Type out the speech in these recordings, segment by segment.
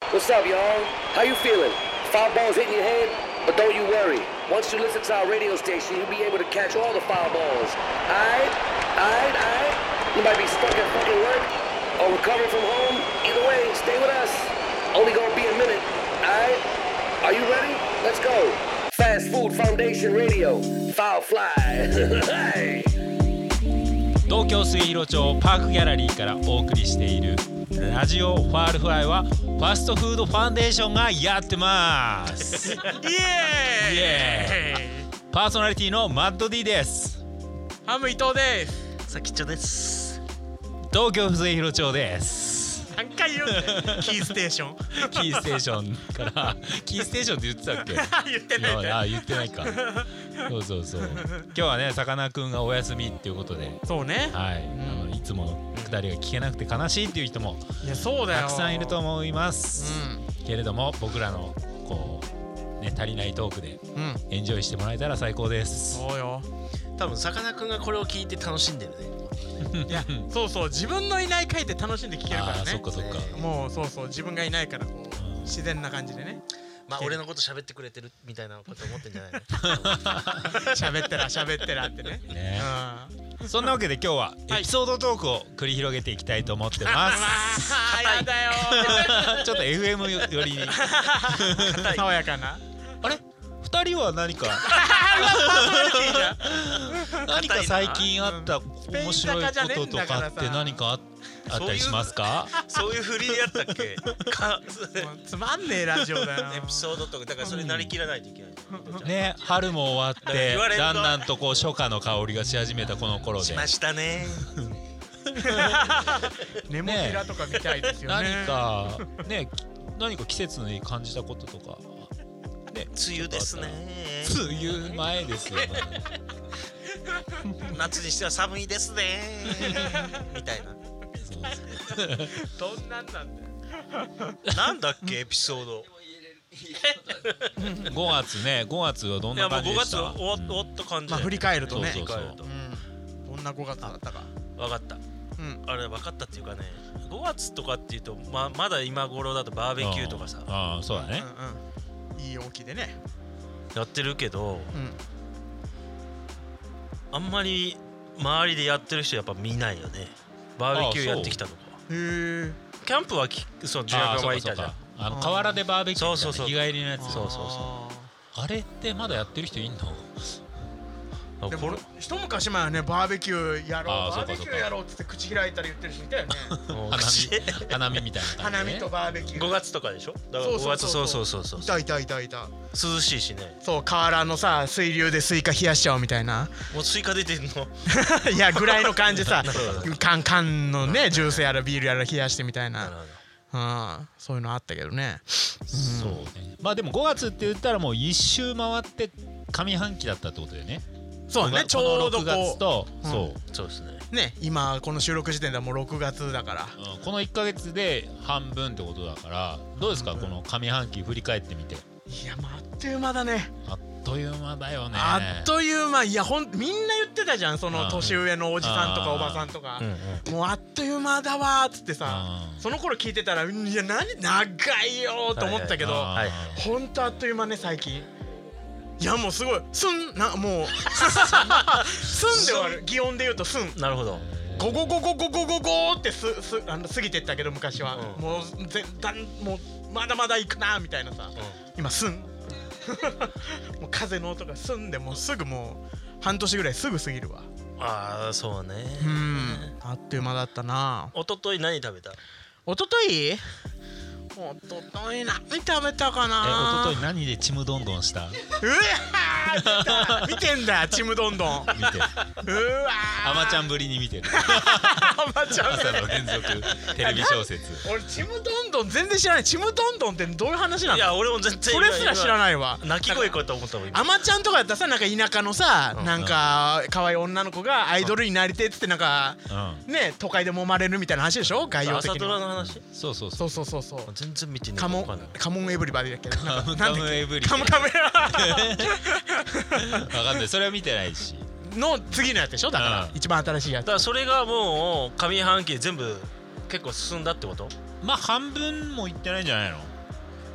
What's up, y'all? How you feeling? Foul balls hitting your head? But don't you worry. Once you listen to our radio station, you'll be able to catch all the foul balls. Aight? You might be stuck at fucking work or recovering from home. Either way, stay with us. Only gonna be a minute. Aight? Are you ready? Let's go. Fast Food Foundation Radio. Foul Fly. Hey. 東京末広町パークギャラリーからお送りしているラジオファールフライはファストフードファンデーションがやってますイエーイパーソナリティのマッド D です。 ハム伊藤です。 さきっちょです。 東京末広町です。 何回言うんだよキーステーションキーステーションからキーステーションって言ってたっけ言ってないんだよ。 あ、言ってないかそう今日はねさかなクンがお休みっていうことで、 そうね、 はい、いつものくだりが聞けなくて悲しいっていう人もいやそうだよたくさんいると思います、けれども僕らのこうね足りないトークでエンジョイしてもらえたら最高です。 そうよ。 多分さかなクンがこれを聞いて楽しんでるねいやそう自分のいない回で楽しんで聞けるからね。 そっかもうそう自分がいないからこう自然な感じでね。 まあ俺のこと喋ってくれてるみたいなこと思ってんじゃないの喋ってらってね。 そんなわけで今日はエピソードトークを繰り広げていきたいと思ってます。 やだよちょっと FM よりに爽やかな。 あれ2人は何か最近あった面白いこととかって何かあったりしますか？ そういう振りでやったっけつまんねえラジオだよエピソードとかだからそれなりきらないといけないね。春も終わってだんだんとこう初夏の香りがし始めたこの頃でしましたねネモフィラとか見たいですよね。 何か季節に感じたこととかね、梅雨ですね。 梅雨前ですよね夏にしては寒いですねみたいな。 どんなんだよなんだっけエピソード 5月はどんな感じでした？ いやもう5月終わった感じ。 まあ振り返るとね。 そうどんな5月だったか。 分かった。あれ分かったっていうかね、5月とかっていうとまだ今頃だとバーベキューとかさ。 ああそうだね。 いい大きでねやってるけど、あんまり周りでやってる人やっぱ見ないよね。バーベキューやってきたとか。 へえ。 キャンプはそうジュヤが巻いたじゃん。 河原でバーベキューみたいな日帰りのやつ。 そうあれってまだやってる人いんの？ でも一昔前はねバーベキューやろうバーベキューやろうっつって口開いたり言ってる人いたよね花見みたいな感じで、 花見とバーベキュー 5月とかでしょ。だから5月そういた涼しいしね。 そう河原のさ水流でスイカ冷やしちゃおうみたいな。 もうスイカ出てんのいやぐらいの感じさ缶のねジュースやらビールやら冷やしてみたいな。そういうのあったけどね。 そうね。まあでも5月って言ったらもう一周回って上半期だったってことだよね。 そうね、ちょうど 6月とそうですね。 ね、今この収録時点ではもう6月だから、 この1ヶ月で半分ってことだからどうですか、この上半期振り返ってみて。 いやあっという間だね。 あっという間だよね。 あっという間。いやみんな言ってたじゃん、その年上のおじさんとかおばさんとか、もうあっという間だわーっつってさ、その頃聞いてたらいや長いよーと思ったけど、ほんとあっという間ね最近。いやもうすごいもうすんで終わる。擬音で言うとすん。 なるほど。 ゴゴゴゴゴゴゴゴって過ぎてったけど昔は、もうまだまだ行くなみたいなさ、今すんもう風の音がすんでもうすぐもう半年ぐらいすぐ過ぎるわ。 ああそうね。 あっという間だったな。 一昨日何食べた？ 一昨日何食べたかな。 一昨日何でちむどんどんした？ 見てんだちむどんどん。 見て。あまちゃんぶりに見てる。 あまちゃん朝の連続テレビ小説。 俺ちむどんどん全然知らない。ちむどんどんってどういう話なの？ いや俺も全然それすら知らないわ。 泣き声かと思ったもん。 あまちゃんとかやったらさ、なんか田舎のさ、なんか可愛い女の子がアイドルになりてっつってなんかね都会で揉まれるみたいな話でしょ、概要的に。 朝ドラの話。 そう全然見てない。 カモンエブリバディだっけ。 カモンエブリ。 カモわかんない。それは見てないし。 の次のやつでしょ、だから一番新しいやつ。 だからそれがもう上半期全部結構進んだってこと？ まあ半分もいってないんじゃないの？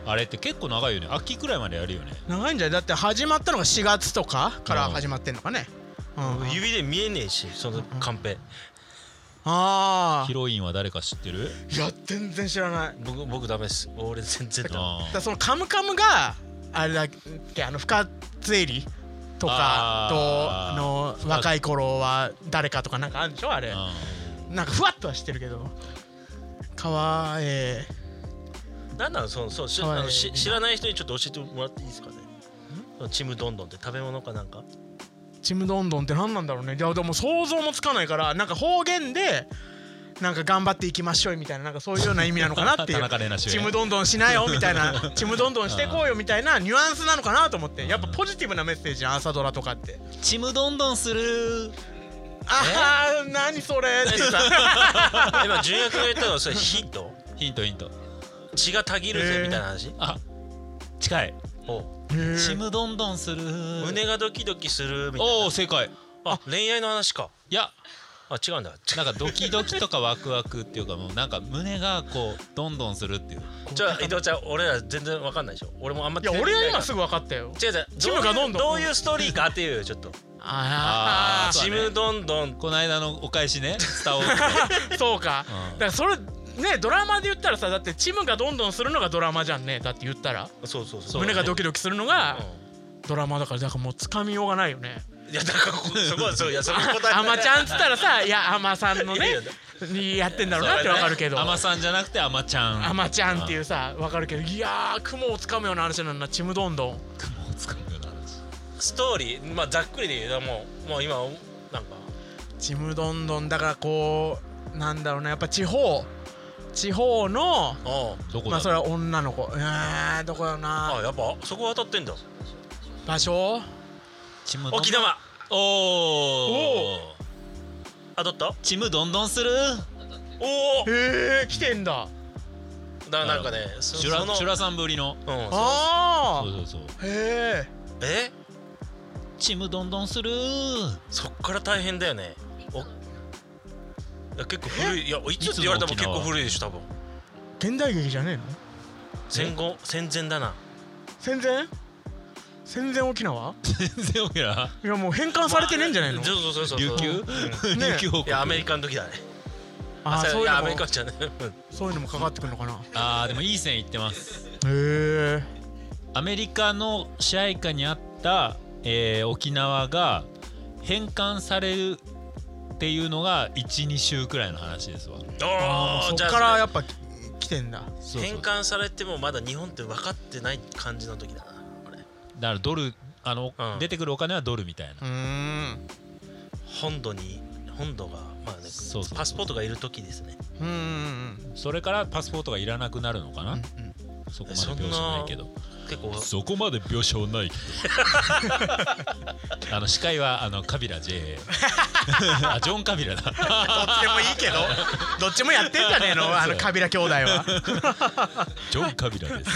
あれって結構長いよね。秋くらいまでやるよね。 長いんじゃない？だって始まったのが4月とかから始まってんのかね。 指で見えねえしそのカンペ。 ヒロインは誰か知ってる？ いや全然知らない。 僕ダメです。俺全然ダメ。 だそのカムカムがあれだっけ、深津絵里とかとの若い頃は誰かとかなんかあるんでしょあれ。なんかふわっとは知ってるけど。 なんなのそう知らない人にちょっと教えてもらっていいですかね。ちむどんどんって食べ物かなんか？ ちむどんどんって何なんだろうね。いやでも想像もつかないから、なんか方言でなんか頑張っていきましょうみたいな、なんかそういうような意味なのかなっていう。ちむどんどんしなよみたいな、ちむどんどんしてこうよみたいなニュアンスなのかなと思って。やっぱポジティブなメッセージ朝ドラとかって。 ちむどんどんする。 何それってさ今純也君が言ったのはそれヒント血がたぎるぜみたいな話。 近い。ちむどんどんする、 胸がドキドキするみたいな。 おお正解。 恋愛の話か。 いや違うんだ。 なんかドキドキとかワクワクっていうか、もうなんか胸がこうどんどんするっていう。 じゃあ伊藤ちゃん、俺ら全然わかんないでしょ。俺もあんま。 いや俺は今すぐ分かったよ。 違うチムがどんどんどういうストーリーかっていうちょっと。ちむどんどん。 この間のお返しね。スターウォーズ。 そうか。だからそれね、ドラマで言ったらさ、だってチムがどんどんするのがドラマじゃんね。だって言ったらそう胸がドキドキするのがドラマだから、だからもうつかみようがないよね。 いやだからそこはそう、いやそこ答えアマちゃんっつったらさ、いやアマさんのねにやってんだろうなってわかるけど、 アマさんじゃなくてアマちゃん、 アマちゃんっていうさわかるけど、いや雲をつかむような話なんだ。ちむどんどん雲をつかむような話。 ストーリーまあざっくりで言うともう今なんかちむどんどんだからこうなんだろうね、やっぱ地方のどこだ、 まあそれは女の子、どこだろうな。 やっぱそこ当たってんだ。 場所沖縄。お当たった。 ちむどんどんする。 おへえ来てんだ。 なんかねシュラさんぶりの。そうへえちむどんどんする。 そっから大変だよね。結構古い。いやいつって言われても結構古いでしょ多分。 現代劇じゃねえの？ 戦前だな。 戦前沖縄？ 全然沖縄。 いやもう返還されてねえんじゃないの？ そう琉球？琉球王国。 いやアメリカの時だね。 そういうのもアメリカじゃね。 そういうのもかかってくるのかな。 でもいい線いってます。 へえ。 アメリカの支配下にあった、沖縄が返還されるっていうのが 1,2 週くらいの話ですわ。 そっからやっぱ来てんだ。 返還されてもまだ日本って分かってない感じの時だな。 だからドル出てくるお金はドルみたいな。 本土がまあね、パスポートがいる時ですね。 それからパスポートがいらなくなるのかな。そこまで描写ないけど。 結構そこまで描写はないけど。司会はカビラ J ジョン・カビラだ。 どっちでもいいけどどっちもやってんじゃねえのカビラ兄弟は。 ジョン・カビラです。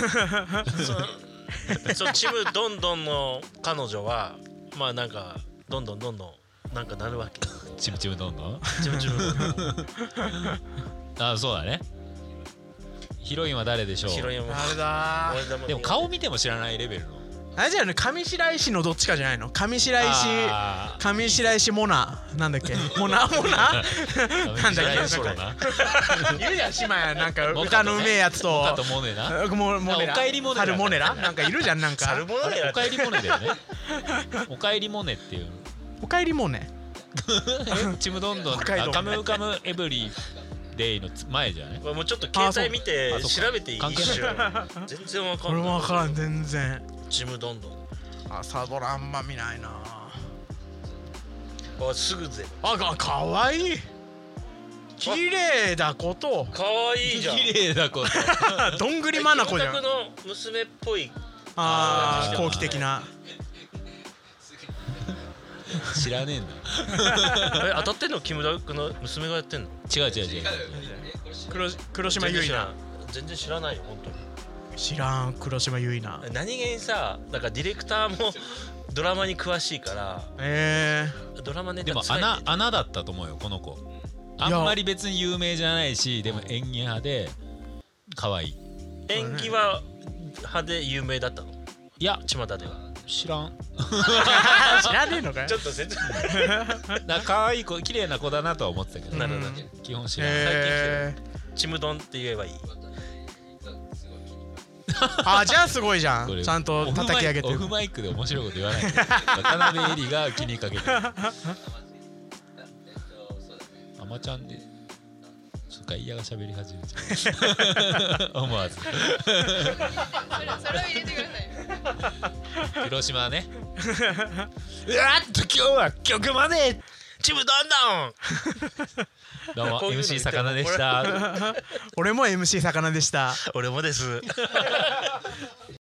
ちむどんどんの彼女はまあなんかどんどんなんかなるわけ。 ちむちむどんどん。 ちむちむどんどん。 そうだね。ヒロインは誰でしょう。 ヒロインはあれだ。 でも顔見ても知らないレベルの。 あれじゃね、上白石のどっちかじゃないの。上白石モナなんだっけ。モナなんだっけ。 それな。 いるじゃん姉妹なんか歌のうめえやつと。 モカとモネな。 おかえりモネ。サルモネラなんかいるじゃんなんか。 サルモネラ。 おかえりモネだよね。おかえりモネっていう。 おかえりモネ。 ちむどんどん。カムカムエブリデイの前じゃね。 もうちょっと携帯見て調べていい？一瞬。全然わかんない。 俺もわからん全然。 ちむどんどん。 朝ドラあんま見ないな。 すぐぜ。 かわいい。綺麗だこと。 かわいいじゃん。 綺麗だこと。 どんぐりまなこじゃん。 キムタクの娘っぽい。 後期的な。 知らねえんだ。 当たってんの？キムタクの娘がやってんの？ 違う。 黒島結菜。 全然知らないよ本当に。 知らん。黒島結菜。 何気にさ、だからディレクターもドラマに詳しいから。ドラマネタでも穴だったと思うよこの子。あんまり別に有名じゃないし、でも演技派で可愛い。 演技は派で有名だったの？ いや巷では知らん。 知らねえのかよ。 ちょっと説明可愛い子綺麗な子だなとは思ってたけど、 なるほど基本知らん。 ちむどんって言えばいい。 あ、じゃあすごいじゃこれん。ちゃんと叩き上げてる。 オフマイクで面白いこと言わないで。渡辺恵里が気にかけてる。あまちゃんでちょっと外野が喋り始めちゃう。思わずそれを入れてください。 広島ね。うわっと今日は曲まで。 ちむどんどんどうもこういうの MC 魚でした。 俺も MC 魚でした。 俺もです